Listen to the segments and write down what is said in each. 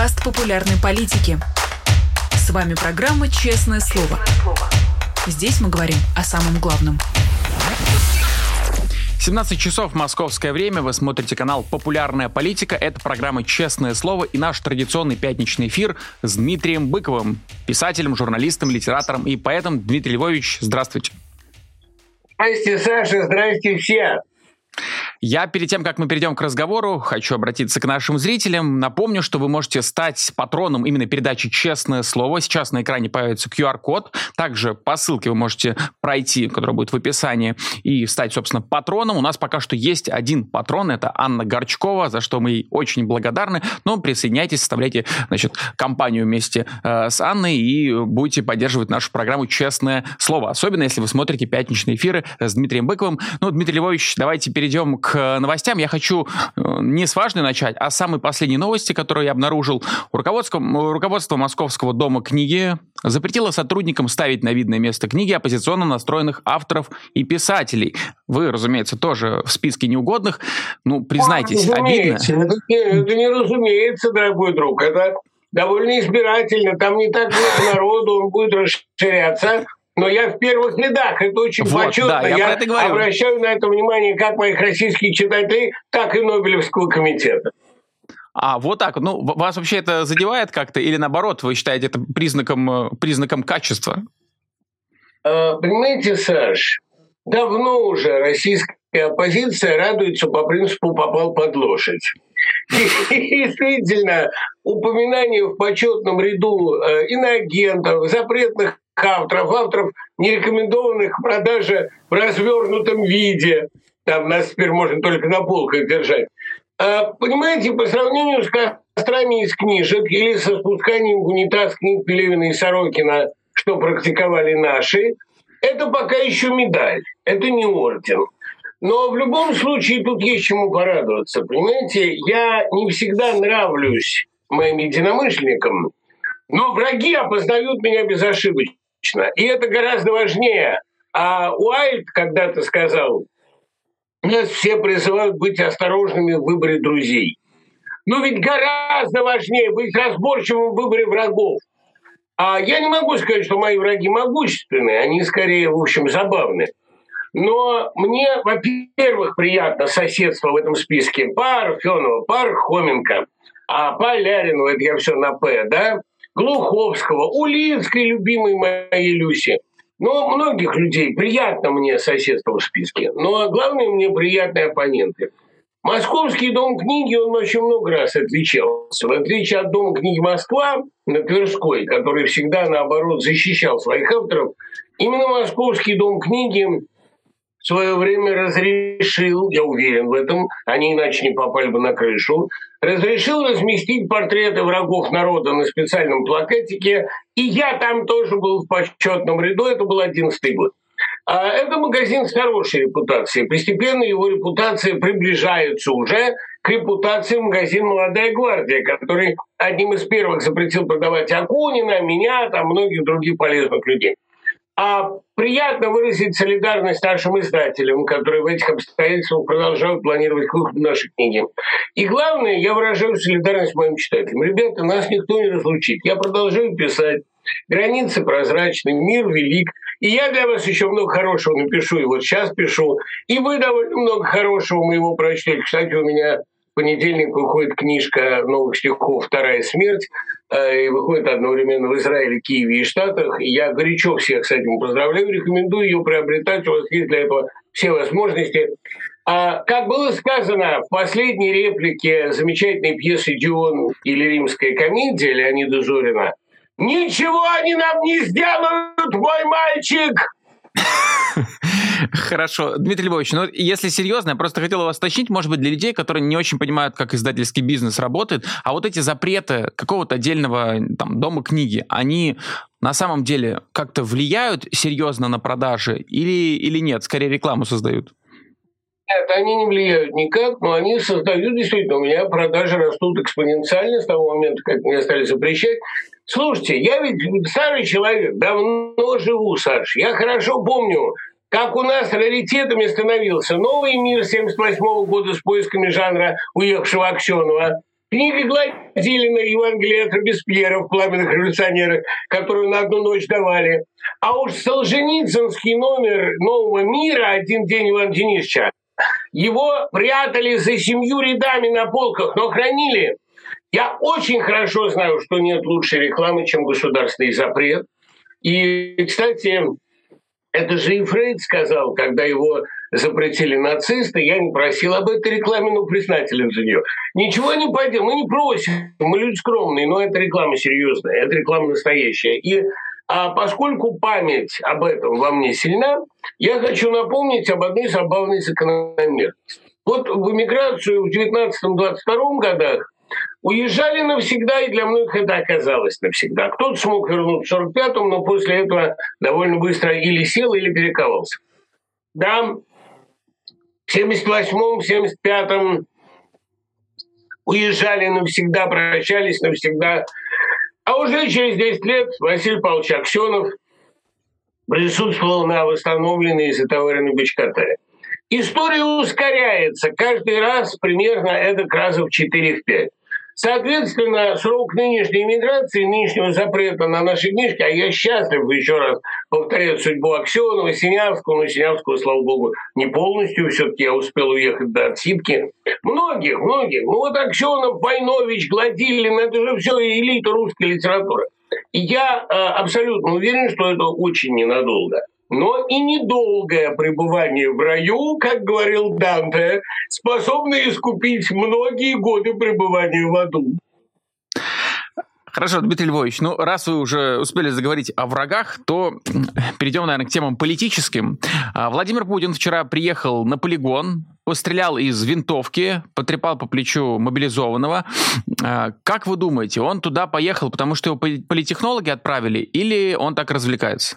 подкаст популярной политики. С вами программа «Честное слово». Здесь мы говорим о самом главном. 17 часов московское время, вы смотрите канал «Популярная политика». Это программа «Честное слово» и наш традиционный пятничный эфир с Дмитрием Быковым, писателем, журналистом, литератором и поэтом. Дмитрий Львович, здравствуйте. Здрасте, Саша, здрасте все. Я перед тем, как мы перейдем к разговору, хочу обратиться к нашим зрителям. Напомню, что вы можете стать патроном именно передачи «Честное слово». Сейчас на экране появится QR-код. Также по ссылке вы можете пройти, которая будет в описании, и стать, собственно, патроном. У нас пока что есть один патрон, это Анна Горчкова, за что мы ей очень благодарны. Но присоединяйтесь, составляйте, компанию вместе с Анной и будете поддерживать нашу программу «Честное слово». Особенно, если вы смотрите пятничные эфиры с Дмитрием Быковым. Дмитрий Львович, давайте перейдем к новостям. Я хочу не с важной начать, а с самой последней новости, которую я обнаружил. Руководство Московского дома книги запретило сотрудникам ставить на видное место книги оппозиционно настроенных авторов и писателей. Вы, разумеется, тоже в списке неугодных. Признайтесь, обидно? Это не разумеется, дорогой друг. Это довольно избирательно. Там не так много народу, он будет расширяться. Но я в первых рядах, это очень почетно. Да, я обращаю на это внимание как моих российских читателей, так и Нобелевского комитета. Вот так. Вас вообще это задевает как-то? Или наоборот, вы считаете это признаком качества? Понимаете, Саш, давно уже российская оппозиция радуется по принципу «попал под лошадь». И действительно, упоминание в почетном ряду иноагентов, запретных авторов, не рекомендованных к продаже в развернутом виде. Там нас теперь можно только на полках держать. Понимаете, по сравнению с кострами из книжек или со спусканием в унитаз книг Пелевина и Сорокина, что практиковали наши, это пока еще медаль, это не орден. Но в любом случае тут есть чему порадоваться. Понимаете, я не всегда нравлюсь моим единомышленникам, но враги опознают меня безошибочно. И это гораздо важнее. А Уайльд когда-то сказал, нас все призывают быть осторожными в выборе друзей. Но ведь гораздо важнее быть разборчивым в выборе врагов. А я не могу сказать, что мои враги могущественные, они скорее, в общем, забавны. Но мне, во-первых, приятно соседство в этом списке Парфенова, Пархоменко, Поляринова, это я все на «П», да? Глуховского, Улицкой, любимой моей Люси. Но многих людей приятно мне соседство в списке. Но главное, мне приятные оппоненты. Московский дом книги, он очень много раз отличался. В отличие от дома книги «Москва» на Тверской, который всегда, наоборот, защищал своих авторов, именно Московский дом книги в свое время разрешил, я уверен в этом, они иначе не попали бы на крышу, разрешил разместить портреты врагов народа на специальном плакатике, и я там тоже был в почетном ряду, это был 11-й год. Это магазин с хорошей репутацией. Постепенно его репутация приближается уже к репутации магазина «Молодая гвардия», который одним из первых запретил продавать Акунина, меня, многих других полезных людей. Приятно выразить солидарность нашим издателям, которые в этих обстоятельствах продолжают планировать выход нашей книги. И главное, я выражаю солидарность моим читателям. Ребята, нас никто не разлучит. Я продолжаю писать. Границы прозрачны, мир велик. И я для вас еще много хорошего напишу, и вот сейчас пишу. И вы довольно много хорошего моего прочтете. Кстати, у меня в понедельник выходит книжка новых стихов «Вторая смерть», и выходит одновременно в Израиле, Киеве и Штатах. И я горячо всех с этим поздравляю, рекомендую ее приобретать, у вас есть для этого все возможности. Как было сказано в последней реплике замечательной пьесы «Дион» или «Римская комедия» Леонида Зорина, «Ничего они нам не сделают, мой мальчик!» Хорошо. Дмитрий Львович, если серьезно, я просто хотел вас уточнить, может быть, для людей, которые не очень понимают, как издательский бизнес работает, а вот эти запреты какого-то отдельного дома книги, они на самом деле как-то влияют серьезно на продажи или нет? Скорее рекламу создают? Нет, они не влияют никак, но они создают действительно. У меня продажи растут экспоненциально с того момента, как меня стали запрещать. Слушайте, я ведь старый человек, давно живу, Саш. Я хорошо помню, как у нас раритетами становился «Новый мир» 1978 года с поисками жанра уехавшего Аксенова. Книга Гладилина, Евангелие от Робеспьера в «Пламенных революционерах», которую на одну ночь давали. А уж солженицынский номер «Нового мира» «Один день Ивана Денисовича», его прятали за 7 рядами на полках, но хранили. Я очень хорошо знаю, что нет лучшей рекламы, чем государственный запрет. И, кстати, это же и Фрейд сказал, когда его запретили нацисты, я не просил об этой рекламе, но признателен за нее. Ничего не пойдем, мы не просим, мы люди скромные, но это реклама серьезная, это реклама настоящая. И поскольку память об этом во мне сильна, я хочу напомнить об одной забавной закономерности. Вот в эмиграцию в 19-22 годах уезжали навсегда, и для многих это оказалось навсегда. Кто-то смог вернуться в 45-м, но после этого довольно быстро или сел, или перековался. Да, в 78-м, 75-м уезжали навсегда, прощались навсегда. А уже через 10 лет Василий Павлович Аксенов присутствовал на восстановленной и затоваренной Бочкатаре. История ускоряется каждый раз примерно эдак раза в 4-5. Соответственно, срок нынешней миграции, нынешнего запрета на наши книжки, а я счастлив еще раз повторять судьбу Аксенова, Синявского, но Синявского, слава богу, не полностью, все-таки я успел уехать до отсидки. Многих. Ну вот Аксенов, Войнович, Гладилин, это же все элита русской литературы. И я абсолютно уверен, что это очень ненадолго. Но и недолгое пребывание в раю, как говорил Данте, способно искупить многие годы пребывания в аду. Хорошо, Дмитрий Львович, ну раз вы уже успели заговорить о врагах, то перейдем, наверное, к темам политическим. Владимир Путин вчера приехал на полигон, пострелял из винтовки, потрепал по плечу мобилизованного. Как вы думаете, он туда поехал, потому что его политтехнологи отправили, или он так развлекается?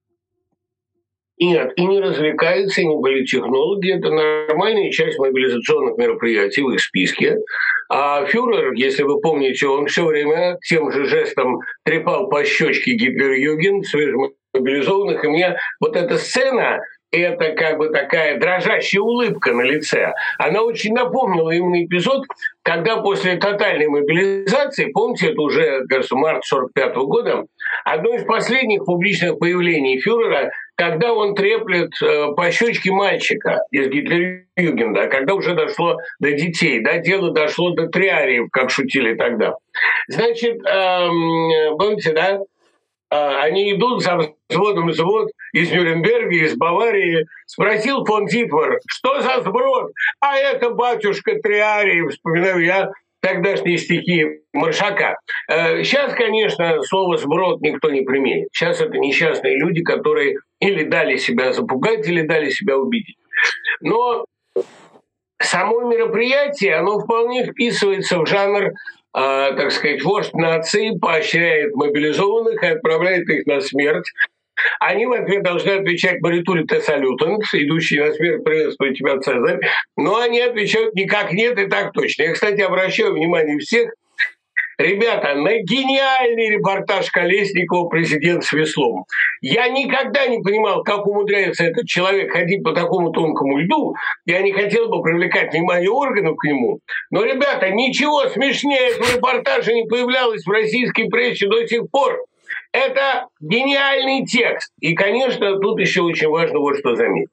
Нет, и не развлекаются, и не политтехнологи. Это нормальная часть мобилизационных мероприятий в их списке. А фюрер, если вы помните, он все время тем же жестом трепал по щечке Гитлер-Юген свежемобилизованных. И мне вот эта сцена, это как бы такая дрожащая улыбка на лице. Она очень напомнила именно эпизод, когда после тотальной мобилизации, помните, это уже, кажется, март 1945 года, одно из последних публичных появлений фюрера, когда он треплет по щечке мальчика из Гитлер-Югенда, когда уже дошло до детей, да, дело дошло до триариев, как шутили тогда. Значит, помните, да, они идут за взводом взвод из Нюрнберга, из Баварии. Спросил фон Зитвар, что за сброд? А это батюшка триарий, вспоминаю я тогдашние стихи Маршака. Сейчас, конечно, слово «сброд» никто не применит. Сейчас это несчастные люди, которые или дали себя запугать, или дали себя убедить. Но само мероприятие, оно вполне вписывается в жанр, так сказать, вождь нации поощряет мобилизованных и отправляет их на смерть. Они в ответ должны отвечать «Баритури те салютант», идущий на смерть приветствует тебя, Цезарь. Но они отвечают «никак нет» и «так точно». Я, кстати, обращаю внимание всех, ребята, на гениальный репортаж Колесникова «Президент с веслом». Я никогда не понимал, как умудряется этот человек ходить по такому тонкому льду. Я не хотел бы привлекать внимание органов к нему. Но, ребята, ничего смешнее этого репортажа не появлялось в российской прессе до сих пор. Это гениальный текст. И, конечно, тут еще очень важно вот что заметить.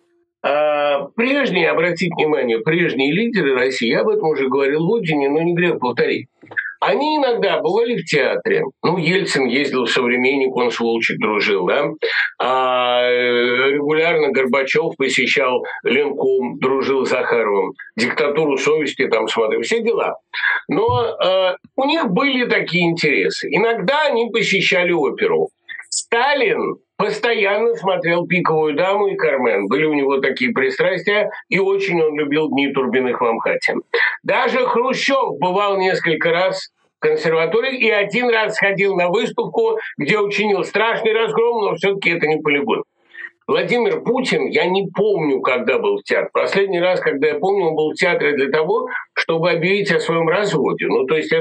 Прежние, обратите внимание, прежние лидеры России, я об этом уже говорил в Удине, но не грех повторить. Они иногда бывали в театре. Ну, Ельцин ездил в «Современник», он с Волчек дружил, да. Регулярно Горбачев посещал Ленком, дружил с Захаровым. «Диктатуру совести» там смотрел, все дела. Но у них были такие интересы. Иногда они посещали оперу. Сталин постоянно смотрел «Пиковую даму» и «Кармен». Были у него такие пристрастия, и очень он любил «Дни Турбиных в Амхате». Даже Хрущев бывал несколько раз в консерватории и один раз сходил на выставку, где учинил страшный разгром, но все-таки это не полигон. Владимир Путин, я не помню, когда был в театре. Последний раз, когда я помню, он был в театре для того, чтобы объявить о своем разводе. Ну, то есть это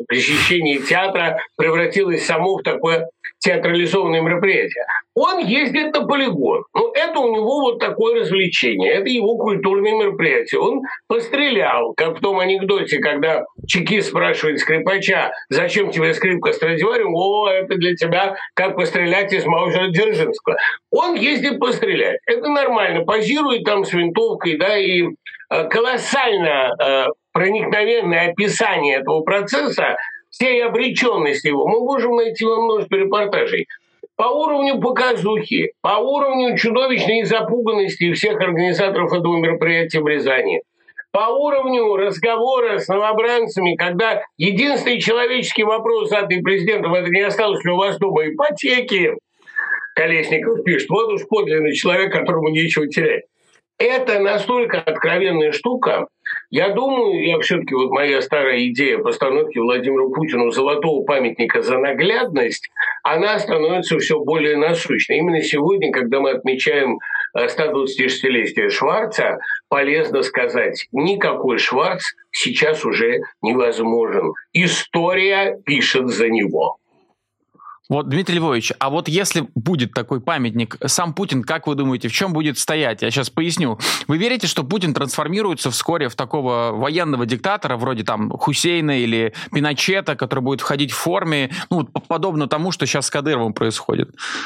посещение театра превратилось само в такое театрализованное мероприятие. Он ездит на полигон. Ну, это у него вот такое развлечение. Это его культурное мероприятие. Он пострелял, как в том анекдоте, когда чекист спрашивает скрипача, зачем тебе скрипка Страдивариум? О, это для тебя как пострелять из Маузера Дзержинского. Он ездит пострелять. Это нормально. Позирует там с винтовкой, да, и колоссально проникновенное описание этого процесса, всей обреченности его, мы можем найти во множестве репортажей. По уровню показухи, по уровню чудовищной запуганности всех организаторов этого мероприятия в Рязани, по уровню разговора с новобранцами, когда единственный человеческий вопрос, заданный президентом, это не осталось ли у вас дома ипотеки, Колесников пишет, вот уж подлинный человек, которому нечего терять. Это настолько откровенная штука. Я думаю, все-таки вот моя старая идея постановки Владимиру Путину золотого памятника за наглядность, она становится все более насущной. Именно сегодня, когда мы отмечаем 126-летие Шварца, полезно сказать, никакой Шварц сейчас уже невозможен. История пишет за него. Вот, Дмитрий Львович, а вот если будет такой памятник, сам Путин, как вы думаете, в чем будет стоять? Я сейчас поясню. Вы верите, что Путин трансформируется вскоре в такого военного диктатора, вроде там Хусейна или Пиночета, который будет входить в форме, ну, подобно тому, что сейчас с Кадыровым происходит?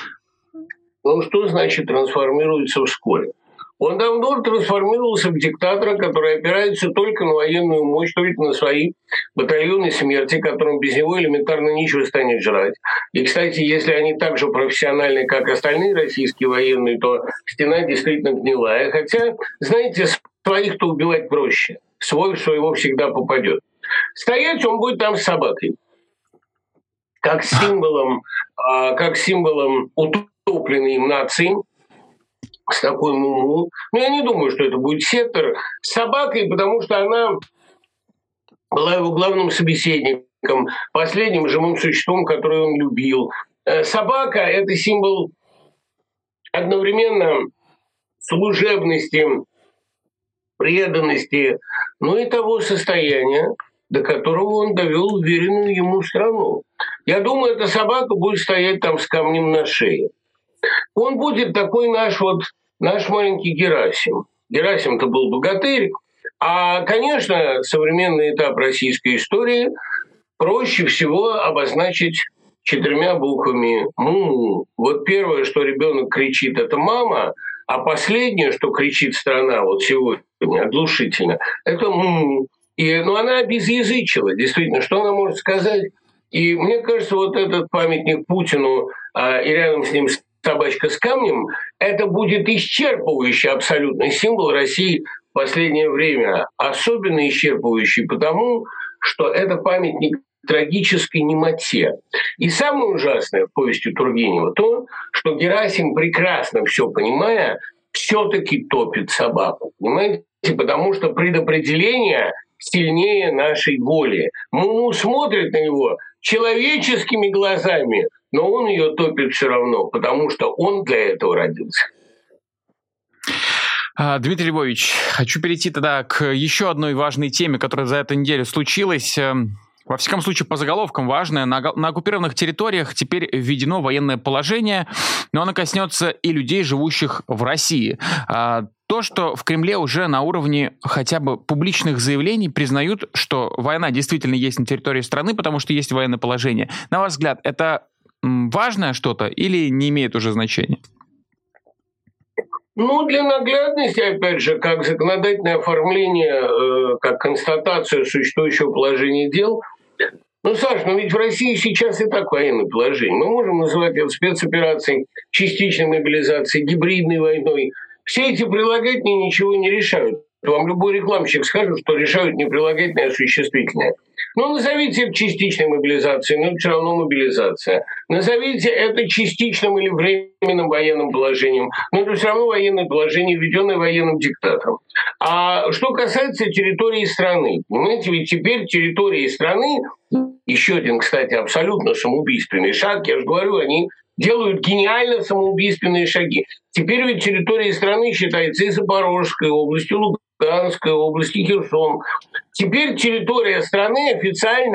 Ну, что значит трансформируется вскоре? Он давно трансформировался в диктатора, который опирается только на военную мощь, только на свои батальоны смерти, которым без него элементарно ничего станет жрать. И, кстати, если они так же профессиональны, как остальные российские военные, то стена действительно гнилая. Хотя, знаете, своих-то убивать проще. Свой в своего всегда попадет. Стоять он будет там с собакой. Как символом утопленной им нации, с такой муму. Но я не думаю, что это будет сектор с собакой, потому что она была его главным собеседником, последним живым существом, которое он любил. Собака – это символ одновременно служебности, преданности, но и того состояния, до которого он довел уверенную ему страну. Я думаю, эта собака будет стоять там с камнем на шее. Он будет такой наш маленький Герасим. Герасим-то был богатырь. А, конечно, современный этап российской истории проще всего обозначить 4 буквами «му». Вот первое, что ребенок кричит, это «мама», а последнее, что кричит страна вот сегодня оглушительно, это «му». Но она обезъязычила, действительно, что она может сказать? И мне кажется, вот этот памятник Путину и рядом с ним собачка с камнем, это будет исчерпывающий абсолютный символ России в последнее время. Особенно исчерпывающий потому, что это памятник трагической немоте. И самое ужасное в повести Тургенева то, что Герасим, прекрасно все понимая, все-таки топит собаку. Понимаете? Потому что предопределение сильнее нашей воли. Муму смотрит на него человеческими глазами, но он ее топит все равно, потому что он для этого родился. Дмитрий Львович, хочу перейти тогда к еще одной важной теме, которая за эту неделю случилась. Во всяком случае, по заголовкам важная. На оккупированных территориях теперь введено военное положение, но оно коснется и людей, живущих в России. То, что в Кремле уже на уровне хотя бы публичных заявлений признают, что война действительно есть на территории страны, потому что есть военное положение. На ваш взгляд, это важное что-то или не имеет уже значения? Ну, для наглядности, опять же, как законодательное оформление, как констатация существующего положения дел. Ну, Саш, но ведь в России сейчас и так военное положение. Мы можем называть это спецоперацией, частичной мобилизацией, гибридной войной. Все эти прилагательные ничего не решают. Вам любой рекламщик скажет, что решают не прилагательное, а существительное. Ну, назовите это частичной мобилизацией, но это все равно мобилизация. Назовите это частичным или временным военным положением, но это все равно военное положение, введенное военным диктатором. А что касается территории страны, понимаете, ведь теперь территории страны, еще один, кстати, абсолютно самоубийственный шаг, я же говорю, они делают гениально самоубийственные шаги. Теперь ведь территорией страны считается и Запорожская область, и Луганская область, и Херсон. Теперь территория страны официально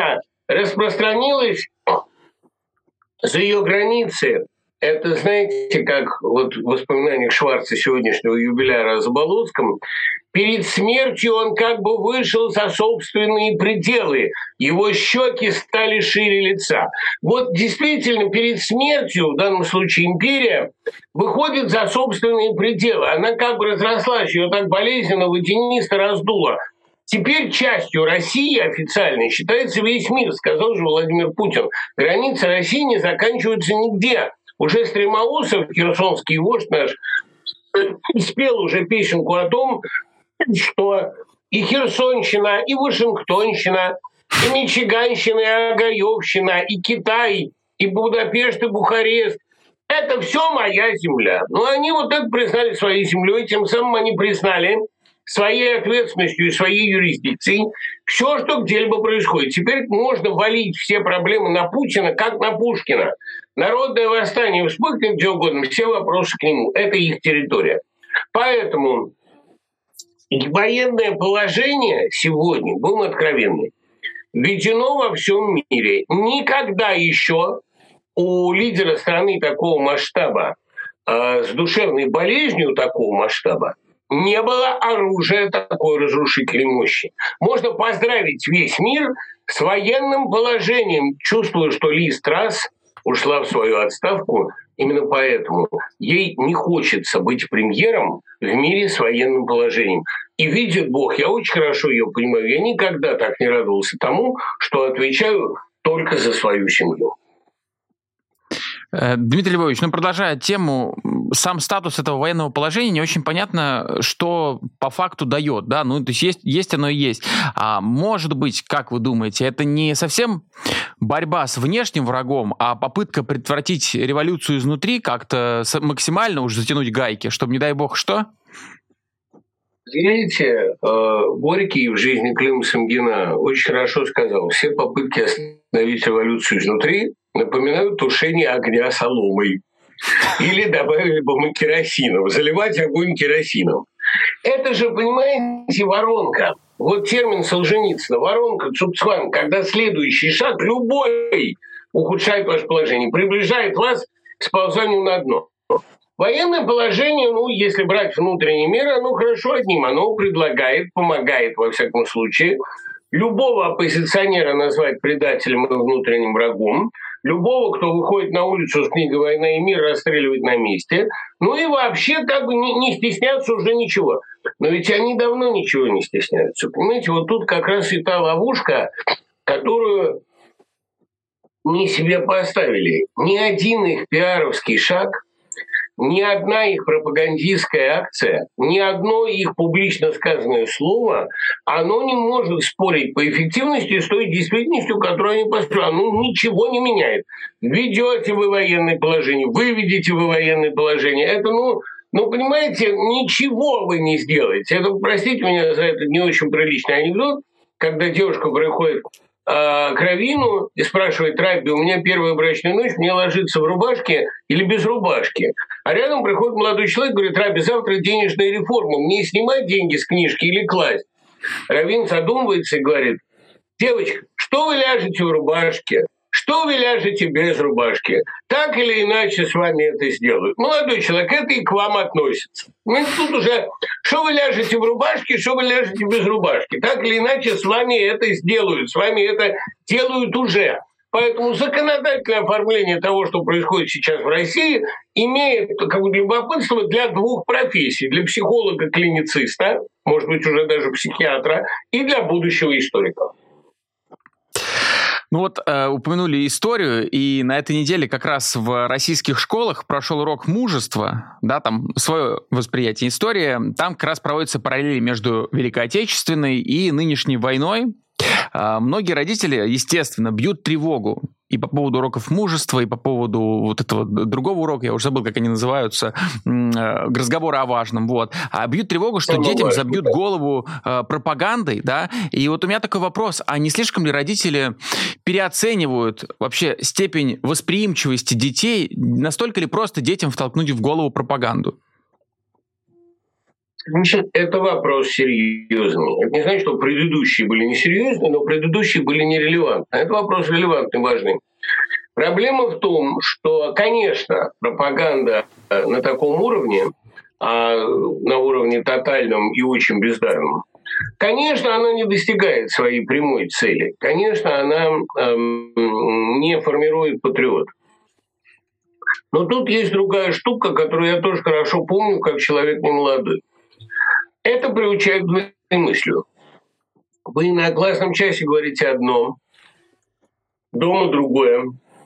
распространилась за ее границы. Это, знаете, как вот в воспоминаниях Шварца сегодняшнего юбиляра о Заболоцком, перед смертью он как бы вышел за собственные пределы, его щеки стали шире лица. Вот действительно перед смертью, в данном случае империя, выходит за собственные пределы. Она как бы разрослась, ее так болезненно, водянисто раздуло. Теперь частью России официально считается весь мир, сказал же Владимир Путин. Границы России не заканчиваются нигде. Уже Стремоусов, херсонский вождь наш, спел уже песенку о том, что и Херсонщина, и Вашингтонщина, и Мичиганщина, и Огаевщина, и Китай, и Будапешт, и Бухарест – это все моя земля. Но они вот это признали своей землей, тем самым они признали своей ответственностью и своей юрисдикцией все, что где-либо происходит. Теперь можно валить все проблемы на Путина, как на Пушкина. Народное восстание вспыхнет где угодно, все вопросы к нему. Это их территория. Поэтому военное положение сегодня, будем откровенны, введено во всем мире. Никогда еще у лидера страны такого масштаба, с душевной болезнью такого масштаба, не было оружия такой разрушительной мощи. Можно поздравить весь мир с военным положением. Чувствую, что Ли Страс ушла в свою отставку именно поэтому. Ей не хочется быть премьером в мире с военным положением. И видит Бог, я очень хорошо ее понимаю, я никогда так не радовался тому, что отвечаю только за свою семью. Дмитрий Львович, продолжая тему, сам статус этого военного положения не очень понятно, что по факту дает, да, то есть оно и есть. А может быть, как вы думаете, это не совсем борьба с внешним врагом, а попытка предотвратить революцию изнутри, как-то максимально уж затянуть гайки, чтобы, не дай бог, что? Видите, Горький в жизни Клима Самгина очень хорошо сказал, все попытки остановить революцию изнутри напоминают тушение огня соломой. Или добавили бы мы керосином, заливать огонь керосином. Это же, понимаете, воронка. Вот термин Солженицына, воронка Цуцванг, когда следующий шаг, любой, ухудшает ваше положение, приближает вас к сползанию на дно. Военное положение, если брать внутренние меры, оно хорошо одним. Оно предлагает, помогает, во всяком случае, любого оппозиционера назвать предателем и внутренним врагом, любого, кто выходит на улицу с книгой «Война и мир», расстреливать на месте. И вообще как бы не стесняться уже ничего. Но ведь они давно ничего не стесняются. Понимаете, вот тут как раз и та ловушка, которую не себе поставили. Ни один их пиаровский шаг, ни одна их пропагандистская акция, ни одно их публично сказанное слово, оно не может спорить по эффективности с той действительностью, которую они построили. Оно ничего не меняет. Введете вы военное положение, выведете вы военное положение. Это, понимаете, ничего вы не сделаете. Это, простите меня за этот не очень приличный анекдот, когда девушка приходит к раввину и спрашивает: «Рабби, у меня первая брачная ночь, мне ложиться в рубашке или без рубашки?» А рядом приходит молодой человек и говорит: «Рабби, завтра денежная реформа, мне снимать деньги с книжки или класть?» Раввин задумывается и говорит: «Девочка, что вы ляжете в рубашке? Что вы ляжете без рубашки? Так или иначе с вами это сделают. Молодой человек, это и к вам относится. Тут уже, что вы ляжете в рубашке, что вы ляжете без рубашки. Так или иначе с вами это сделают. С вами это делают уже». Поэтому законодательное оформление того, что происходит сейчас в России, имеет любопытство для двух профессий. Для психолога-клинициста, может быть, уже даже психиатра, и для будущего историка. Упомянули историю, и на этой неделе как раз в российских школах прошел урок мужества, да, там свое восприятие истории, там как раз проводятся параллели между Великой Отечественной и нынешней войной. Многие родители, естественно, бьют тревогу и по поводу уроков мужества, и по поводу вот этого другого урока, я уже забыл, как они называются, разговоры о важном, а бьют тревогу, что детям забьют голову пропагандой, да, и вот у меня такой вопрос, а не слишком ли родители переоценивают вообще степень восприимчивости детей, настолько ли просто детям втолкнуть в голову пропаганду? Значит, это вопрос серьезный. Это не значит, что предыдущие были несерьезные, но предыдущие были нерелевантны. Это вопрос релевантный, важный. Проблема в том, что, конечно, пропаганда на таком уровне, на уровне тотальном и очень бездарном, конечно, она не достигает своей прямой цели. Конечно, она не формирует патриотов. Но тут есть другая штука, которую я тоже хорошо помню, как человек немолодой. Это приучает к мыслью. Вы на классном часе говорите одно, дома другое,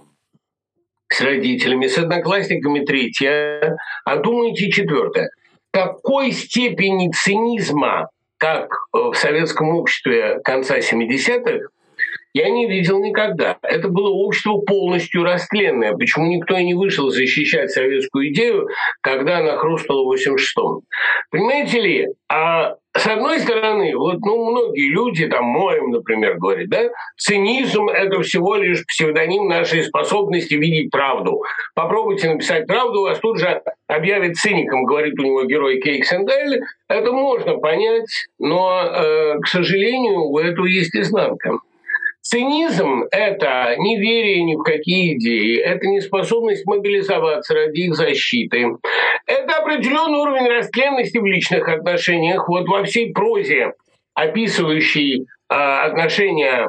с родителями, с одноклассниками третье, а думаете четвертое. Такой степени цинизма, как в советском обществе конца 70-х, я не видел никогда. Это было общество полностью растленное. Почему никто и не вышел защищать советскую идею, когда она хрустнула в 86-м? Понимаете ли, с одной стороны, многие люди, Моем, например, говорят, да, цинизм – это всего лишь псевдоним нашей способности видеть правду. Попробуйте написать правду, вас тут же объявят циником, говорит у него герой Кейксендель. Это можно понять, но, к сожалению, у этого есть изнанка. Цинизм – это неверие ни в какие идеи, это неспособность мобилизоваться ради их защиты. Это определенный уровень растленности в личных отношениях. Вот во всей прозе, описывающей отношения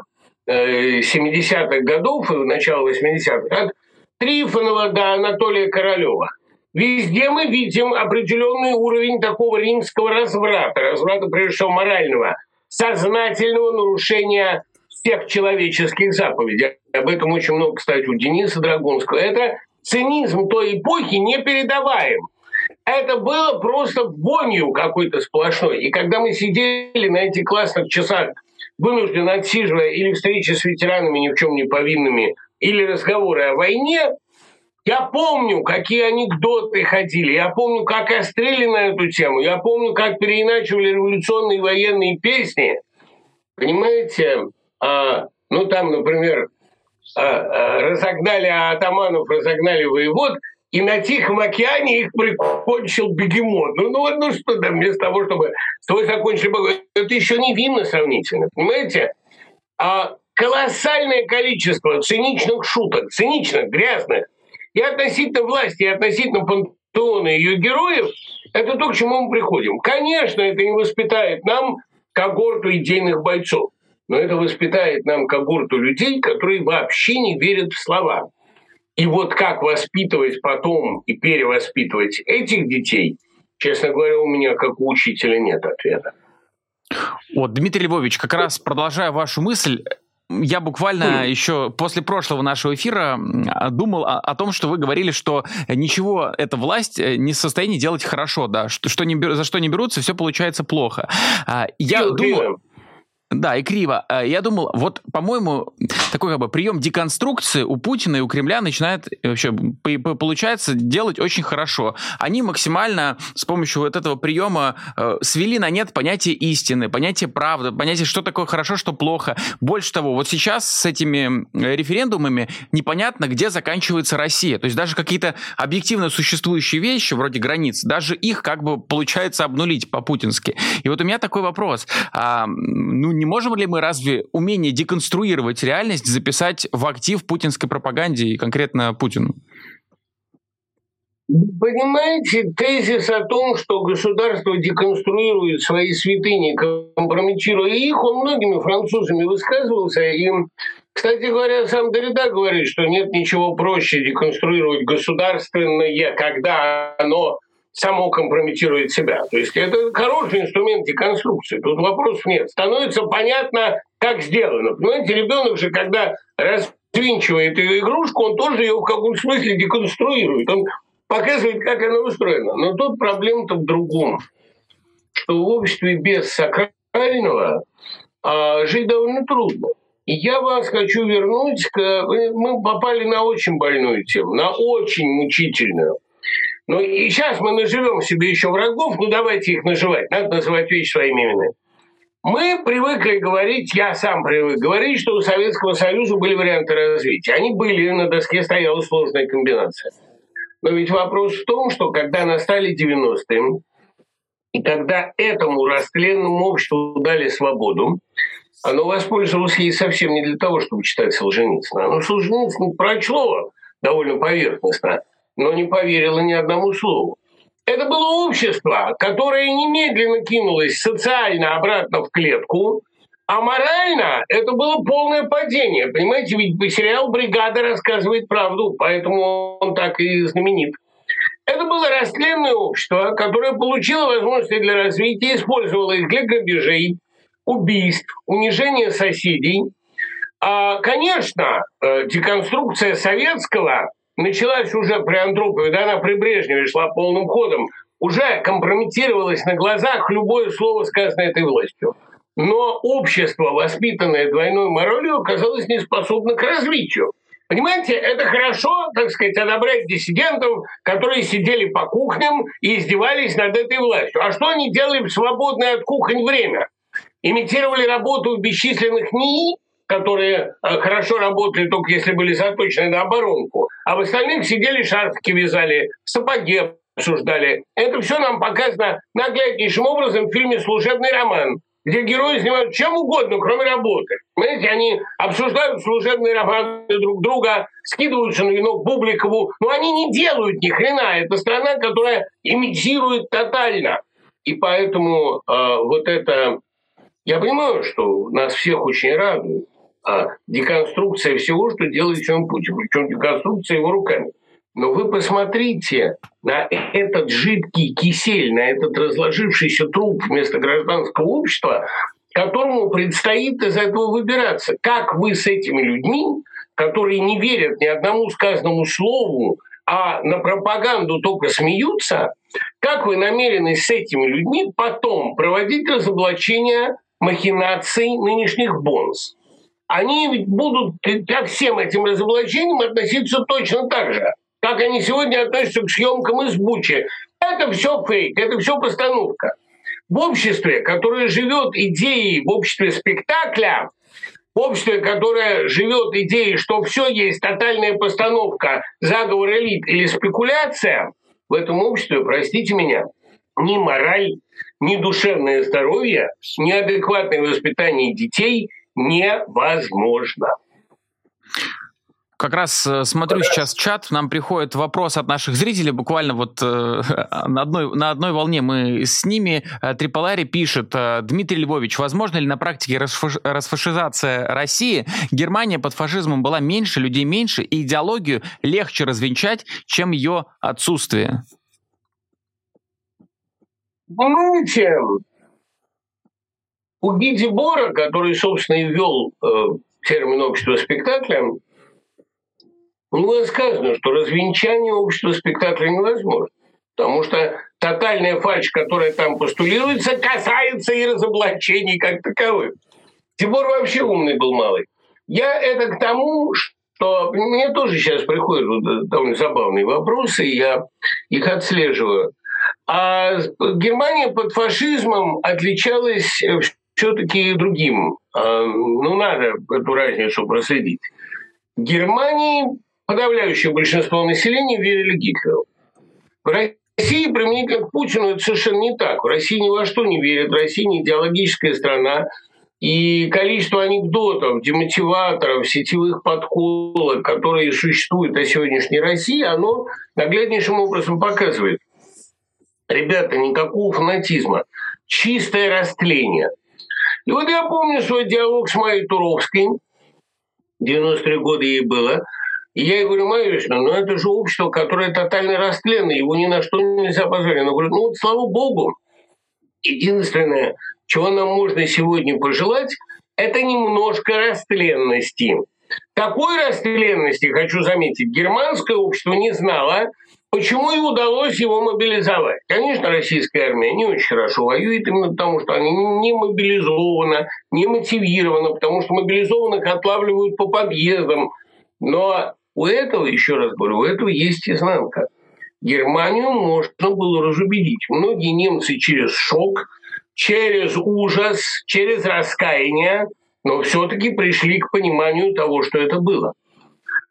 70-х годов и начала 80-х, от Трифонова до Анатолия Королёва. Везде мы видим определенный уровень такого римского разврата, прежде всего морального, сознательного нарушения всех человеческих заповедей. Об этом очень много, кстати, у Дениса Драгунского. Это цинизм той эпохи непередаваем. Это было просто вонью какой-то сплошной. И когда мы сидели на этих классных часах, вынужденно отсиживая или встречи с ветеранами ни в чем не повинными, или разговоры о войне, я помню, какие анекдоты ходили, я помню, как острели на эту тему, я помню, как переиначивали революционные военные песни. Понимаете? Там, например, разогнали атаманов, разогнали воевод, и на Тихом океане их прикончил бегемот. Что там, вместо того, чтобы свой закончили богов, это еще невинно сравнительно, понимаете? Колоссальное количество циничных шуток, циничных, грязных, и относительно власти, и относительно пантеона и ее героев, это то, к чему мы приходим. Конечно, это не воспитает нам когорту идейных бойцов. Но это воспитает нам когорту людей, которые вообще не верят в слова. И вот как воспитывать потом и перевоспитывать этих детей, честно говоря, у меня как у учителя нет ответа. Дмитрий Львович, как раз продолжая вашу мысль, я буквально еще после прошлого нашего эфира думал о том, что вы говорили, что ничего эта власть не в состоянии делать хорошо, да, за что не берутся, все получается плохо. Я думал... Да, и криво. Я думал, по-моему, такой прием деконструкции у Путина и у Кремля начинает вообще, получается, делать очень хорошо. Они максимально с помощью этого приема свели на нет понятие истины, понятие правды, понятие, что такое хорошо, что плохо. Больше того, сейчас с этими референдумами непонятно, где заканчивается Россия. То есть даже какие-то объективно существующие вещи, вроде границ, даже их получается обнулить по-путински. И у меня такой вопрос. Не можем ли мы разве умение деконструировать реальность записать в актив путинской пропаганде и конкретно Путину? Понимаете, тезис о том, что государство деконструирует свои святыни, компрометируя их, он многими французами высказывался. И, кстати говоря, сам Дорида говорит, что нет ничего проще деконструировать государственное, когда оно само компрометирует себя. То есть это хороший инструмент деконструкции. Тут вопросов нет. Становится понятно, как сделано. Понимаете, ребенок же, когда развинчивает игрушку, он тоже ее в каком-то смысле деконструирует. Он показывает, как она устроена. Но тут проблема-то в другом. Что в обществе без сакрального жить довольно трудно. И я вас хочу вернуть мы попали на очень больную тему, на очень мучительную. И сейчас мы наживем себе еще врагов, давайте их наживать, надо называть вещи своими именами. Мы привыкли говорить, я сам привык говорить, что у Советского Союза были варианты развития. Они были, на доске стояла сложная комбинация. Но ведь вопрос в том, что когда настали 90-е, И когда этому растленному обществу дали свободу, оно воспользовалось ей совсем не для того, чтобы читать Солженицына. Оно Солженицына прочло довольно поверхностно, но не поверило ни одному слову. Это было общество, которое немедленно кинулось социально обратно в клетку, а морально это было полное падение. Понимаете, ведь сериал «Бригада» рассказывает правду, поэтому он так и знаменит. Это было растленное общество, которое получило возможности для развития, использовало их для грабежей, убийств, унижения соседей. Конечно, деконструкция советского началась уже при Андропове, да, она при Брежневе шла полным ходом, уже компрометировалось на глазах любое слово, сказанное этой властью. Но общество, воспитанное двойной моралью, оказалось неспособно к развитию. Понимаете, это хорошо, так сказать, одобрять диссидентов, которые сидели по кухням и издевались над этой властью. А что они делали в свободное от кухонь время? Имитировали работу в бесчисленных НИИ, которые хорошо работали только если были заточены на оборонку, а в остальных сидели, шарфики вязали, сапоги обсуждали. Это все нам показано нагляднейшим образом в фильме «Служебный роман», где герои занимаются чем угодно, кроме работы. Понимаете, они обсуждают служебные романы друг друга, скидываются на венок Бубликову, но они не делают ни хрена. Это страна, которая имитирует тотально. И поэтому вот это... Я понимаю, что нас всех очень радует деконструкция всего, что делает Путин, причем деконструкция его руками. Но вы посмотрите на этот жидкий кисель, на этот разложившийся труп вместо гражданского общества, которому предстоит из этого выбираться. Как вы с этими людьми, которые не верят ни одному сказанному слову, а на пропаганду только смеются, как вы намерены с этими людьми потом проводить разоблачение махинаций нынешних бонс? Они ведь будут ко всем этим разоблачениям относиться точно так же, как они сегодня относятся к съемкам из Бучи. Это все фейк, это все постановка. В обществе, которое живет идеей, в обществе спектакля, в обществе, которое живет идеей, что все есть тотальная постановка, заговор элит или спекуляция, в этом обществе, простите меня, ни мораль, ни душевное здоровье, ни адекватное воспитание детей невозможно. Как раз смотрю сейчас чат, нам приходит вопрос от наших зрителей, буквально вот на одной волне мы с ними. Триполари пишет: Дмитрий Львович, возможно ли на практике расфашизация России? Германия под фашизмом была меньше, людей меньше, и идеологию легче развенчать, чем ее отсутствие. Понимаете, у Гиди Бора, который, собственно, и ввел термин общества спектакля, у него сказано, что развенчание общества спектакля невозможно. Потому что тотальная фальшь, которая там постулируется, касается и разоблачений как таковых. Тибор вообще умный был малый. Я это к тому, что мне тоже сейчас приходят довольно забавные вопросы, и я их отслеживаю. А Германия под фашизмом отличалась все-таки другим. Надо эту разницу проследить. В Германии подавляющее большинство населения верили Гитлеру. В России применительно к Путину это совершенно не так. В России ни во что не верят. Россия не идеологическая страна. И количество анекдотов, демотиваторов, сетевых подколок, которые существуют о сегодняшней России, оно нагляднейшим образом показывает. Ребята, никакого фанатизма. Чистое растление. И вот я помню свой диалог с Майей Туровской. 93 года ей было. И я ей говорю: Майя Юрьевна, это же общество, которое тотально растлено, его ни на что нельзя позволить. Она говорит: слава богу, единственное, чего нам можно сегодня пожелать, это немножко растленности. Такой растленности, хочу заметить, германское общество не знало, почему и удалось его мобилизовать. Конечно, российская армия не очень хорошо воюет, именно потому что она не мобилизована, не мотивирована, потому что мобилизованных отлавливают по подъездам. Но у этого, еще раз говорю, у этого есть изнанка. Германию можно было разубедить. Многие немцы через шок, через ужас, через раскаяние, но все-таки пришли к пониманию того, что это было.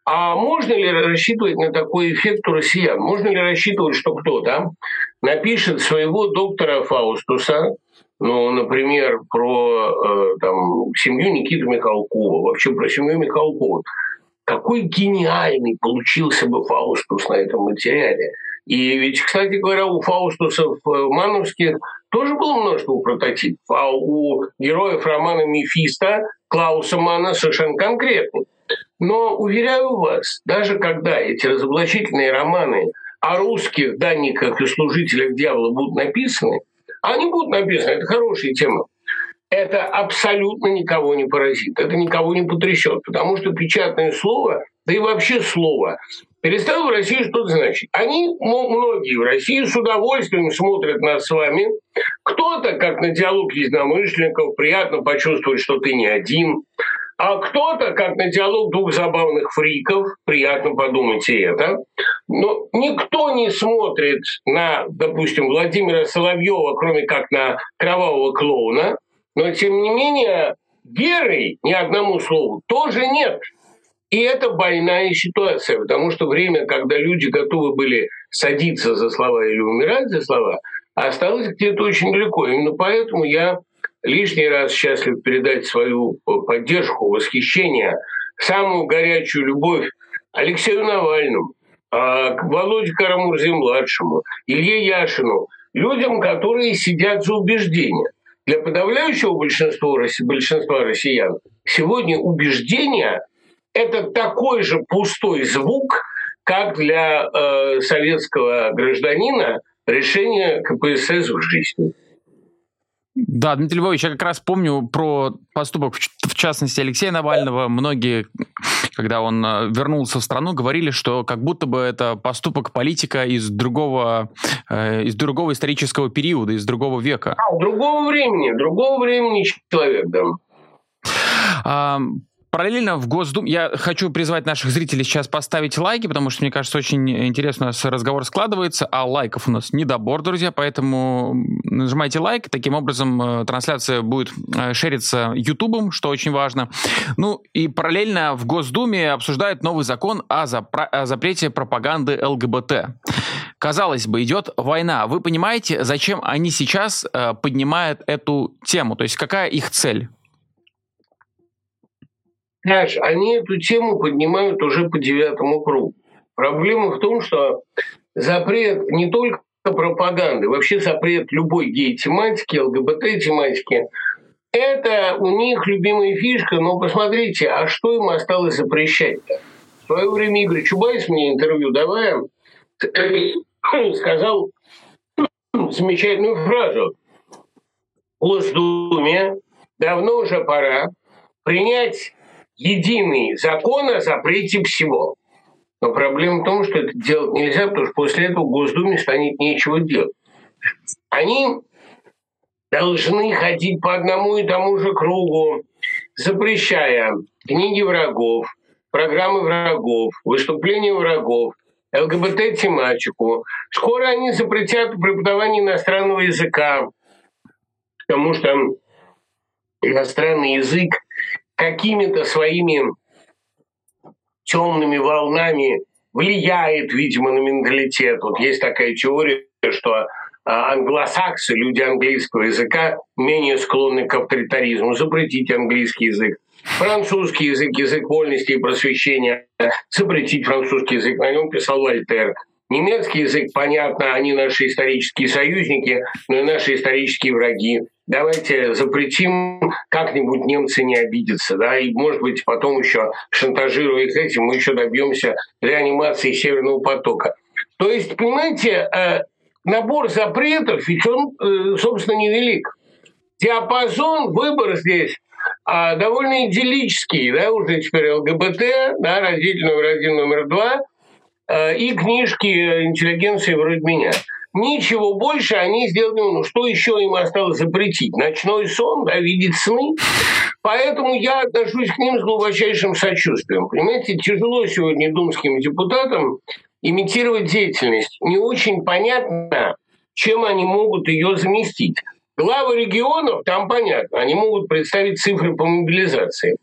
А можно ли рассчитывать на такой эффект у россиян? Можно ли рассчитывать, что кто-то напишет своего доктора Фаустуса, ну, например, про семью Никиты Михалкова, вообще про семью Михалкова? Какой гениальный получился бы Фаустус на этом материале. И ведь, кстати говоря, у Фаустусов мановских тоже было множество прототипов, а у героев романа «Мефисто» Клауса Манна совершенно конкретный. Но, уверяю вас, даже когда эти разоблачительные романы о русских данниках и служителях дьявола будут написаны, они будут написаны, это хорошая тема, это абсолютно никого не поразит, это никого не потрясет, потому что печатное слово, да и вообще слово, перестало в России что-то значить. Многие в России с удовольствием смотрят нас с вами. Кто-то, как на диалог единомышленников, приятно почувствовать, что ты не один. А кто-то, как на диалог двух забавных фриков, приятно подумать и это. Но никто не смотрит на, допустим, Владимира Соловьева, кроме как на кровавого клоуна. Но, тем не менее, веры ни одному слову тоже нет. И это больная ситуация, потому что время, когда люди готовы были садиться за слова или умирать за слова, осталось где-то очень далеко. Именно поэтому я лишний раз счастлив передать свою поддержку, восхищение, самую горячую любовь Алексею Навальному, Володе Карамурзе-младшему, Илье Яшину, людям, которые сидят за убеждения. Для подавляющего большинства россиян сегодня убеждение – это такой же пустой звук, как для советского гражданина решение КПСС в жизни. Да, Дмитрий Львович, я как раз помню про поступок, в частности, Алексея Навального. Многие, когда он вернулся в страну, говорили, что как будто бы это поступок политика из другого исторического периода, из другого века. Другого времени человек, да. Параллельно в Госдуме я хочу призвать наших зрителей сейчас поставить лайки, потому что, мне кажется, очень интересно у нас разговор складывается, а лайков у нас недобор, друзья, поэтому нажимайте лайк, таким образом трансляция будет шериться Ютубом, что очень важно. Ну и параллельно в Госдуме обсуждают новый закон о запрете пропаганды ЛГБТ. Казалось бы, идет война. Вы понимаете, зачем они сейчас поднимают эту тему? То есть какая их цель? Знаешь, они эту тему поднимают уже по 9-му кругу. Проблема в том, что запрет не только пропаганды, вообще запрет любой гей-тематики, ЛГБТ-тематики, это у них любимая фишка, но посмотрите, а что им осталось запрещать-то? В свое время Игорь Чубайс мне интервью давая, сказал замечательную фразу. В Госдуме давно уже пора принять единый закон о запрете всего. Но проблема в том, что это делать нельзя, потому что после этого в Госдуме станет нечего делать. Они должны ходить по одному и тому же кругу, запрещая книги врагов, программы врагов, выступления врагов, ЛГБТ-тематику. Скоро они запретят преподавание иностранного языка, потому что иностранный язык какими-то своими темными волнами влияет, видимо, на менталитет. Вот есть такая теория, что англосаксы, люди английского языка, менее склонны к авторитаризму. Запретить английский язык. Французский язык, язык вольности и просвещения. Запретить французский язык. На нем писал Вольтер. Немецкий язык, понятно, они наши исторические союзники, но и наши исторические враги. Давайте запретим, как-нибудь немцы не обидятся, да, и, может быть, потом еще, шантажируя их этим, мы еще добьемся реанимации Северного потока. То есть, понимаете, набор запретов, ведь он, собственно, невелик. Диапазон, выбор здесь довольно идиллический, да, уже теперь ЛГБТ, да, родитель номер 1, номер 2, и книжки интеллигенции вроде меня. Ничего больше они сделать не могут. Что еще им осталось запретить? Ночной сон, да, видеть сны. Поэтому я отношусь к ним с глубочайшим сочувствием. Понимаете, тяжело сегодня думским депутатам имитировать деятельность. Не очень понятно, чем они могут ее заместить. Главы регионов, там понятно, они могут представить цифры по мобилизации.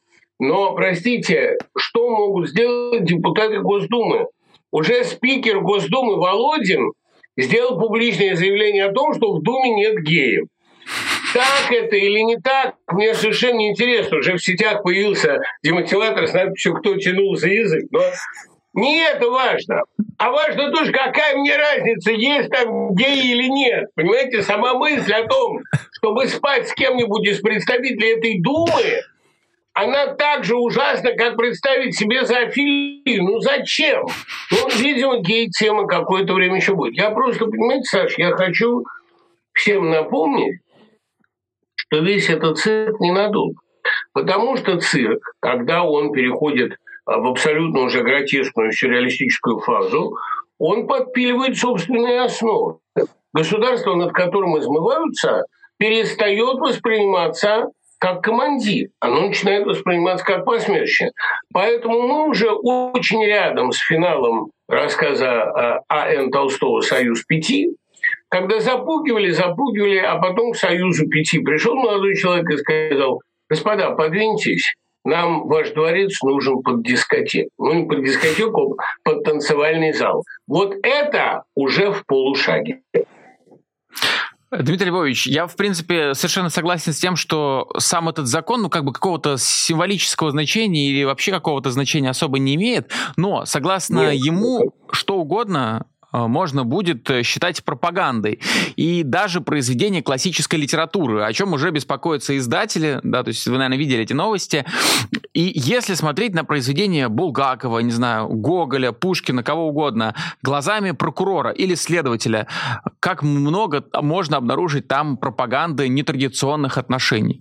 Но, простите, что могут сделать депутаты Госдумы? Уже спикер Госдумы Володин сделал публичное заявление о том, что в Думе нет геев. Так это или не так, мне совершенно не интересно. Уже в сетях появился демотиватор с надписью «Кто тянул за язык?». Но не это важно. А важно тоже, какая мне разница, есть там геи или нет. Понимаете, сама мысль о том, чтобы спать с кем-нибудь из представителей этой Думы, она так же ужасна, как представить себе зоофилию. Ну зачем? Ну, видимо, гей-тема какое-то время еще будет. Я просто, понимаете, Саш, я хочу всем напомнить, что весь этот цирк ненадолго. Потому что цирк, когда он переходит в абсолютно уже гротескную сюрреалистическую фазу, он подпиливает собственные основы. Государство, над которым измываются, перестает восприниматься как командир. Оно начинает восприниматься как посмешище. Поэтому мы уже очень рядом с финалом рассказа А.Н. Толстого «Союз 5», когда запугивали, а потом к «Союзу 5» пришел молодой человек и сказал: господа, подвиньтесь, нам ваш дворец нужен под дискотеку. Ну, не под дискотеку, а под танцевальный зал. Вот это уже в полушаге. Дмитрий Львович, я, в принципе, совершенно согласен с тем, что сам этот закон, какого-то символического значения или вообще какого-то значения особо не имеет, но, согласно ему, что угодно можно будет считать пропагандой. И даже произведение классической литературы, о чем уже беспокоятся издатели, да, то есть вы, наверное, видели эти новости. И если смотреть на произведения Булгакова, не знаю, Гоголя, Пушкина, кого угодно, глазами прокурора или следователя, как много можно обнаружить там пропаганды нетрадиционных отношений?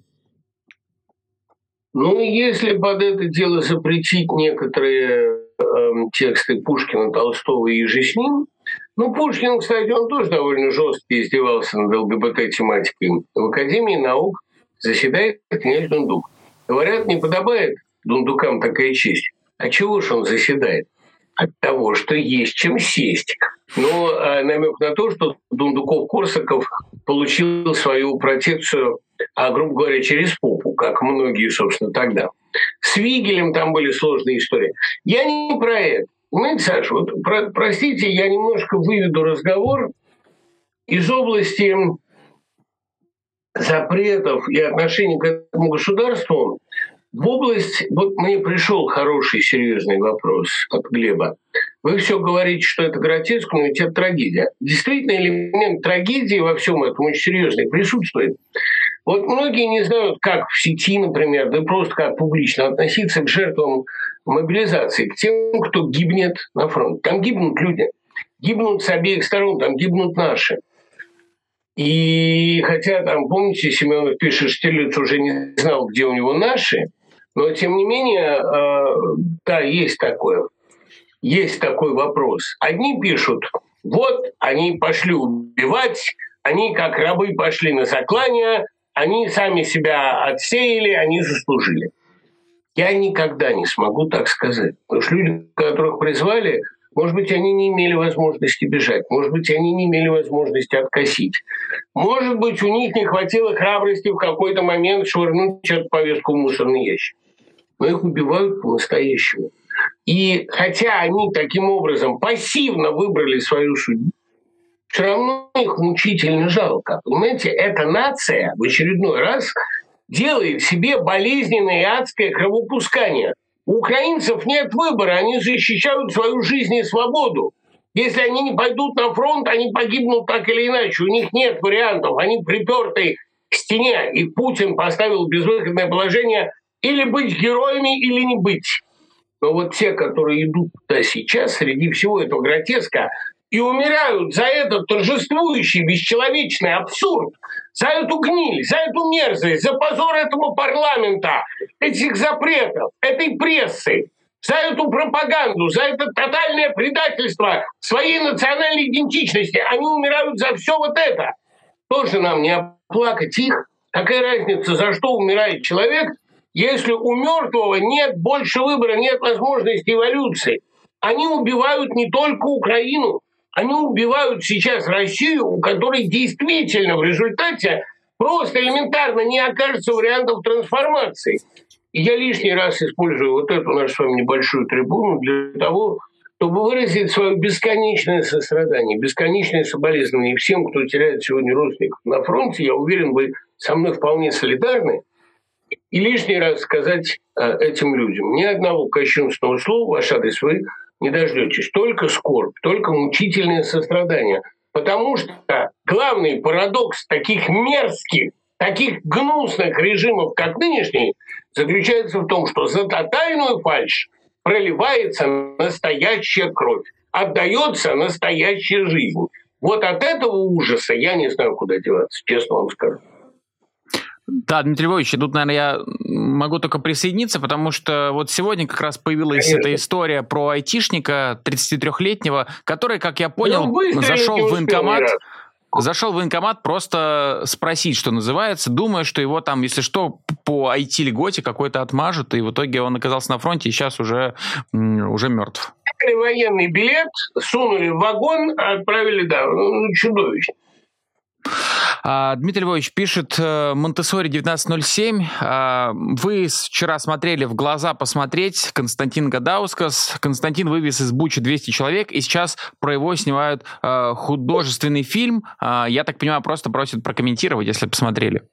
Ну, если под это дело запретить некоторые тексты Пушкина, Толстого и же с ним, ну, Пушкин, кстати, он тоже довольно жестко издевался над ЛГБТ-тематикой. В Академии наук заседает князь Дундук. Говорят, не подобает дундукам такая честь. А чего ж он заседает? От того, что есть чем сесть. Но намек на то, что Дундуков-Корсаков получил свою протекцию, грубо говоря, через попу, как многие, собственно, тогда. С Вигелем там были сложные истории. Я не про это. Понимаете, Саша, вот, простите, я немножко выведу разговор из области запретов и отношений к этому государству в область... Вот мне пришел хороший, серьезный вопрос от Глеба. Вы все говорите, что это гротеск, но ведь это трагедия. Действительно, элемент трагедии во всем этом очень серьезный присутствует. Вот многие не знают, как в сети, например, да просто как публично относиться к жертвам мобилизации, к тем, кто гибнет на фронте. Там гибнут люди, гибнут с обеих сторон, там гибнут наши. И хотя там, помните, Семенов пишет, Штирлиц уже не знал, где у него наши, но тем не менее, да, есть такой вопрос. Одни пишут, вот они пошли убивать, они как рабы пошли на заклание, они сами себя отсеяли, они заслужили. Я никогда не смогу так сказать. Потому что люди, которых призвали, может быть, они не имели возможности бежать, может быть, они не имели возможности откосить. Может быть, у них не хватило храбрости в какой-то момент швырнуть эту повестку в мусорный ящик. Но их убивают по-настоящему. И хотя они таким образом пассивно выбрали свою судьбу, все равно их мучительно жалко. Понимаете, эта нация в очередной раз делает себе болезненное и адское кровопускание. У украинцев нет выбора, они защищают свою жизнь и свободу. Если они не пойдут на фронт, они погибнут так или иначе. У них нет вариантов, они приперты к стене. И Путин поставил безвыходное положение или быть героями, или не быть. Но вот те, которые идут туда сейчас, среди всего этого гротеска, и умирают за этот торжествующий бесчеловечный абсурд, за эту гниль, за эту мерзость, за позор этому парламента, этих запретов, этой прессы, за эту пропаганду, за это тотальное предательство своей национальной идентичности. Они умирают за все вот это. Тоже нам не оплакать их. Какая разница, за что умирает человек, если у мертвого нет больше выбора, нет возможности эволюции? Они убивают не только Украину, они убивают сейчас Россию, у которой действительно в результате просто элементарно не окажется вариантов трансформации. И я лишний раз использую вот эту нашу с вами небольшую трибуну для того, чтобы выразить свое бесконечное сострадание, бесконечное соболезнование всем, кто теряет сегодня родственников на фронте. Я уверен, вы со мной вполне солидарны. И лишний раз сказать этим людям: ни одного кощунственного слова в ваш адрес вы не дождетесь. Только скорбь, только мучительное сострадание. Потому что главный парадокс таких мерзких, таких гнусных режимов, как нынешний, заключается в том, что за тотальную фальшь проливается настоящая кровь, отдается настоящая жизнь. Вот от этого ужаса я не знаю, куда деваться, честно вам скажу. Да, Дмитрий Львович, тут, наверное, я могу только присоединиться, потому что вот сегодня как раз появилась эта история про айтишника 33-летнего, который, как я понял, зашел в военкомат просто спросить, что называется, думая, что его там, если что, по IT-льготе какой-то отмажут, и в итоге он оказался на фронте и сейчас уже мертв. Военный билет, сунули в вагон, отправили, чудовищно. Дмитрий Львович пишет, Монтессори 1907. Вы вчера смотрели «В глаза посмотреть» Константин Гадаускас. Константин вывез из Бучи 200 человек, и сейчас про его снимают художественный фильм. Я так понимаю, просто просят прокомментировать, если посмотрели.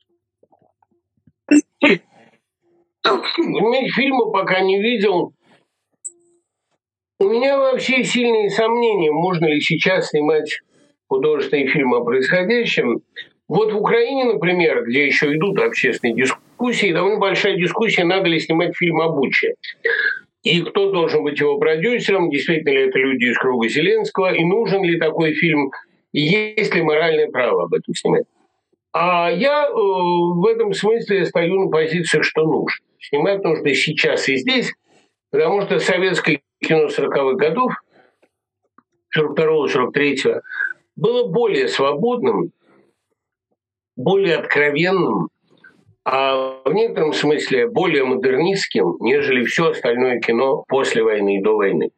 Фильма пока не видел. У меня вообще сильные сомнения, можно ли сейчас снимать художественный фильм о происходящем. Вот в Украине, например, где еще идут общественные дискуссии, довольно большая дискуссия, надо ли снимать фильм о Буче. И кто должен быть его продюсером, действительно ли это люди из круга Зеленского, и нужен ли такой фильм, и есть ли моральное право об этом снимать. А я в этом смысле стою на позиции, что нужно. Снимать нужно сейчас и здесь, потому что советское кино 40-х годов, 42-43-го, было более свободным, более откровенным, а в некотором смысле более модернистским, нежели все остальное кино после войны и до войны.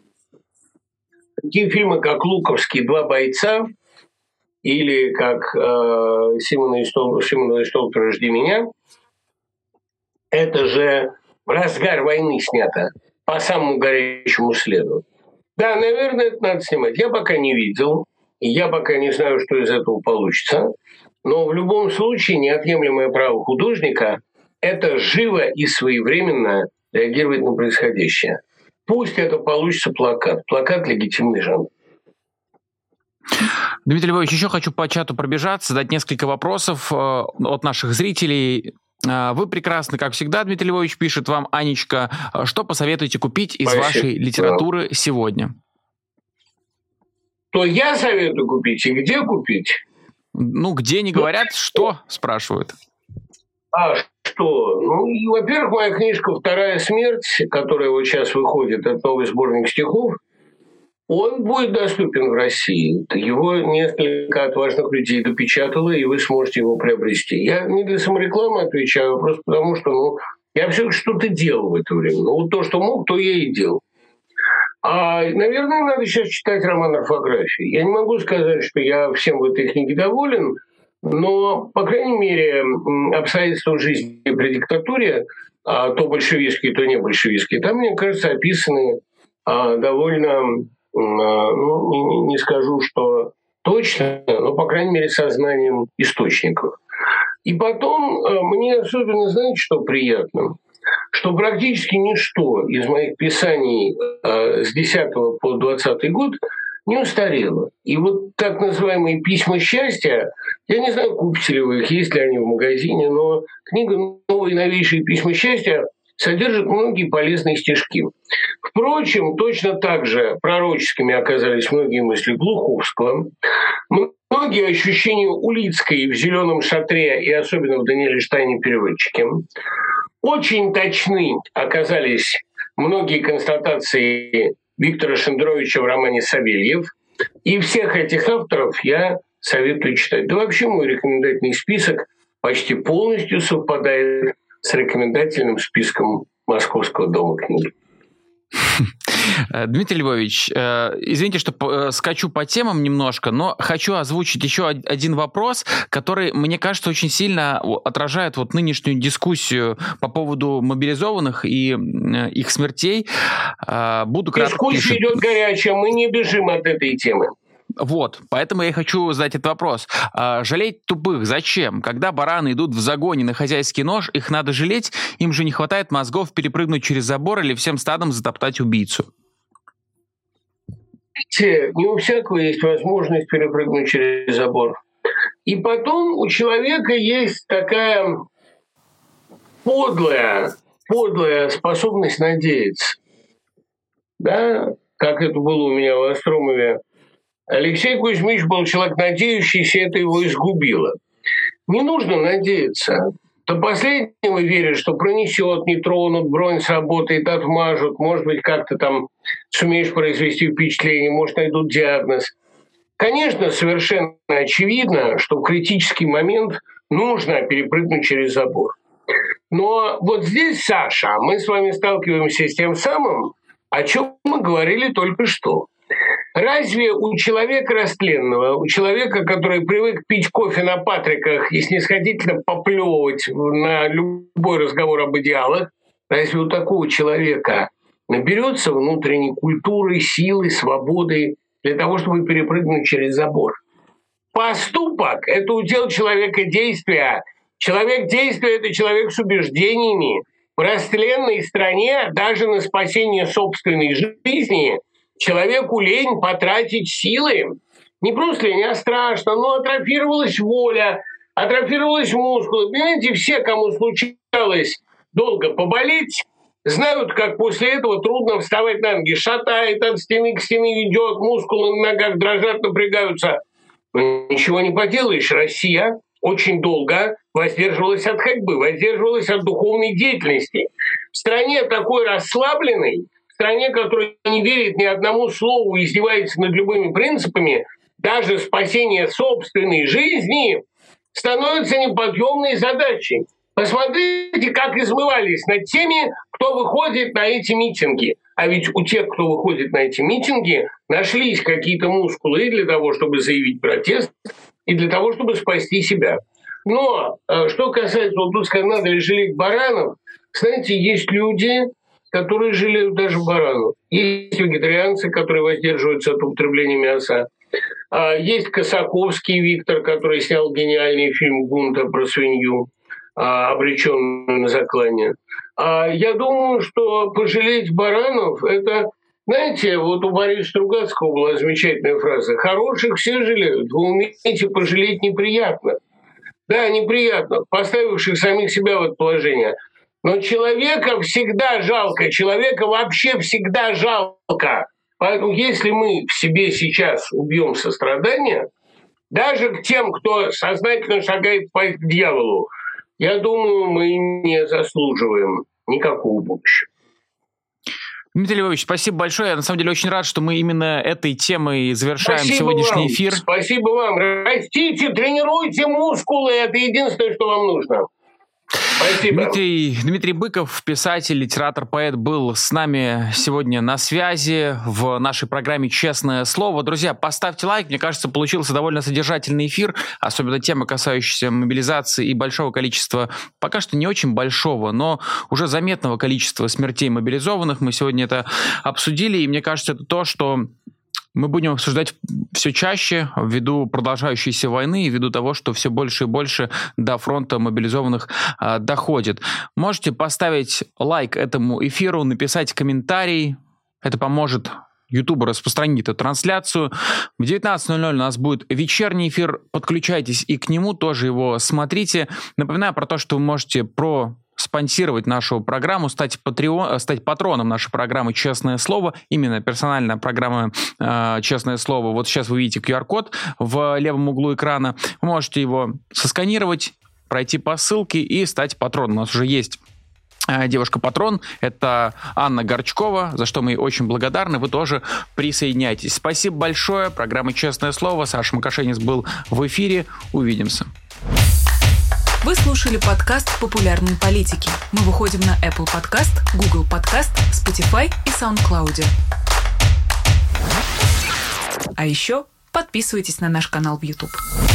Такие фильмы, как «Луковский», «Два бойца» или как «Симонова и Столпера «Жди меня», это же в разгар войны снято, по самому горячему следу. Да, наверное, это надо снимать. Я пока не видел. И я пока не знаю, что из этого получится. Но в любом случае неотъемлемое право художника – это живо и своевременно реагировать на происходящее. Пусть это получится плакат. Плакат – легитимный жанр. Дмитрий Львович, еще хочу по чату пробежаться, задать несколько вопросов от наших зрителей. Вы прекрасны, как всегда, Дмитрий Львович пишет вам, Анечка. Что посоветуете купить из вашей литературы сегодня? То я советую купить и где купить? Где не говорят, что спрашивают. Что? Во-первых, моя книжка «Вторая смерть», которая вот сейчас выходит, это новый сборник стихов, он будет доступен в России. Его несколько отважных людей допечатало, и вы сможете его приобрести. Я не для саморекламы отвечаю, просто потому что я все что-то делал в это время. Вот то, что мог, то я и делал. Наверное, надо сейчас читать роман орфографии. Я не могу сказать, что я всем в этой книге доволен, но, по крайней мере, обстоятельства жизни при диктатуре, то большевистские, то не большевистские, там, мне кажется, описаны довольно, не скажу, что точно, но, по крайней мере, сознанием источников. И потом мне особенно, знаете, что приятно? Что практически ничто из моих писаний с 10 по 20 год не устарело. И вот так называемые «Письма счастья», я не знаю, купите ли вы их, есть ли они в магазине, но книга «Новые новейшие письма счастья» содержит многие полезные стишки. Впрочем, точно так же пророческими оказались многие мысли Глуховского, многие ощущения Улицкой в «Зеленом шатре» и особенно в Даниэле Штайне «Переводчике». Очень точны оказались многие констатации Виктора Шендеровича в романе «Савельев». И всех этих авторов я советую читать. Да вообще мой рекомендательный список почти полностью совпадает с рекомендательным списком Московского дома книги. Дмитрий Львович, извините, что скачу по темам немножко, но хочу озвучить еще один вопрос, который, мне кажется, очень сильно отражает вот нынешнюю дискуссию по поводу мобилизованных и их смертей. Дискуссия идет горячая, мы не бежим от этой темы. Вот, поэтому я и хочу задать этот вопрос. Жалеть тупых зачем? Когда бараны идут в загоне на хозяйский нож, их надо жалеть, им же не хватает мозгов перепрыгнуть через забор или всем стадом затоптать убийцу. Не у всякого есть возможность перепрыгнуть через забор. И потом у человека есть такая подлая способность надеяться. Да, как это было у меня в Остромове. Алексей Кузьмич был человек надеющийся, это его изгубило. Не нужно надеяться. До последнего веришь, что пронесет, не тронут, бронь сработает, отмажут, может быть, как-то там сумеешь произвести впечатление, может, найдут диагноз. Конечно, совершенно очевидно, что в критический момент нужно перепрыгнуть через забор. Но вот здесь, Саша, мы с вами сталкиваемся с тем самым, о чем мы говорили только что. Разве у человека растленного, у человека, который привык пить кофе на Патриках и снисходительно поплевывать на любой разговор об идеалах, разве у такого человека наберется внутренней культуры, силы, свободы для того, чтобы перепрыгнуть через забор? Поступок – это удел человека действия. Человек действия – это человек с убеждениями. В растленной стране даже на спасение собственной жизни – человеку лень потратить силы. Не просто лень, а страшно. Но атрофировалась воля, атрофировались мускулы. Понимаете, все, кому случалось долго поболеть, знают, как после этого трудно вставать на ноги. Шатает, от стены к стене идет, мускулы на ногах дрожат, напрягаются. Но ничего не поделаешь. Россия очень долго воздерживалась от ходьбы, воздерживалась от духовной деятельности. В стране такой расслабленной, в стране, которая не верит ни одному слову, издевается над любыми принципами, даже спасение собственной жизни становится неподъемной задачей. Посмотрите, как измывались над теми, кто выходит на эти митинги. А ведь у тех, кто выходит на эти митинги, нашлись какие-то мускулы для того, чтобы заявить протест, и для того, чтобы спасти себя. Но что касается, вот тут сказано, надо ли жалеть баранов, знаете, есть люди, которые жалеют даже баранов. Есть вегетарианцы, которые воздерживаются от употребления мяса. Есть Косаковский Виктор, который снял гениальный фильм «Гунта» про свинью, обреченную на заклание. Я думаю, что пожалеть баранов – это, знаете, вот у Бориса Стругацкого была замечательная фраза: «Хороших все жалеют, вы умеете пожалеть неприятно». Да, неприятно, поставивших самих себя в это положение. Но человека всегда жалко, человека вообще всегда жалко. Поэтому если мы в себе сейчас убьем сострадание, даже к тем, кто сознательно шагает к дьяволу, я думаю, мы не заслуживаем никакого будущего. Дмитрий Львович, спасибо большое. Я на самом деле очень рад, что мы именно этой темой завершаем сегодняшний эфир. Спасибо вам. Растите, тренируйте мускулы. Это единственное, что вам нужно. Спасибо. Дмитрий Быков, писатель, литератор, поэт, был с нами сегодня на связи в нашей программе «Честное слово». Друзья, поставьте лайк. Мне кажется, получился довольно содержательный эфир, особенно тема, касающаяся мобилизации и большого количества, пока что не очень большого, но уже заметного количества смертей мобилизованных. Мы сегодня это обсудили, и мне кажется, это то, что мы будем обсуждать все чаще ввиду продолжающейся войны и ввиду того, что все больше и больше до фронта мобилизованных доходит. Можете поставить лайк этому эфиру, написать комментарий. Это поможет YouTube распространить эту трансляцию. В 19:00 у нас будет вечерний эфир. Подключайтесь и к нему, тоже его смотрите. Напоминаю про то, что вы можете спонсировать нашу программу, стать патроном нашей программы «Честное слово». Именно персональная программа «Честное слово». Вот сейчас вы видите QR-код в левом углу экрана. Вы можете его сосканировать, пройти по ссылке и стать патроном. У нас уже есть девушка-патрон, это Анна Горчкова, за что мы ей очень благодарны. Вы тоже присоединяйтесь. Спасибо большое. Программа «Честное слово». Саша Макашенец был в эфире. Увидимся. Вы слушали подкаст «Популярные политики». Мы выходим на Apple Podcast, Google Podcast, Spotify и SoundCloud. А еще подписывайтесь на наш канал в YouTube.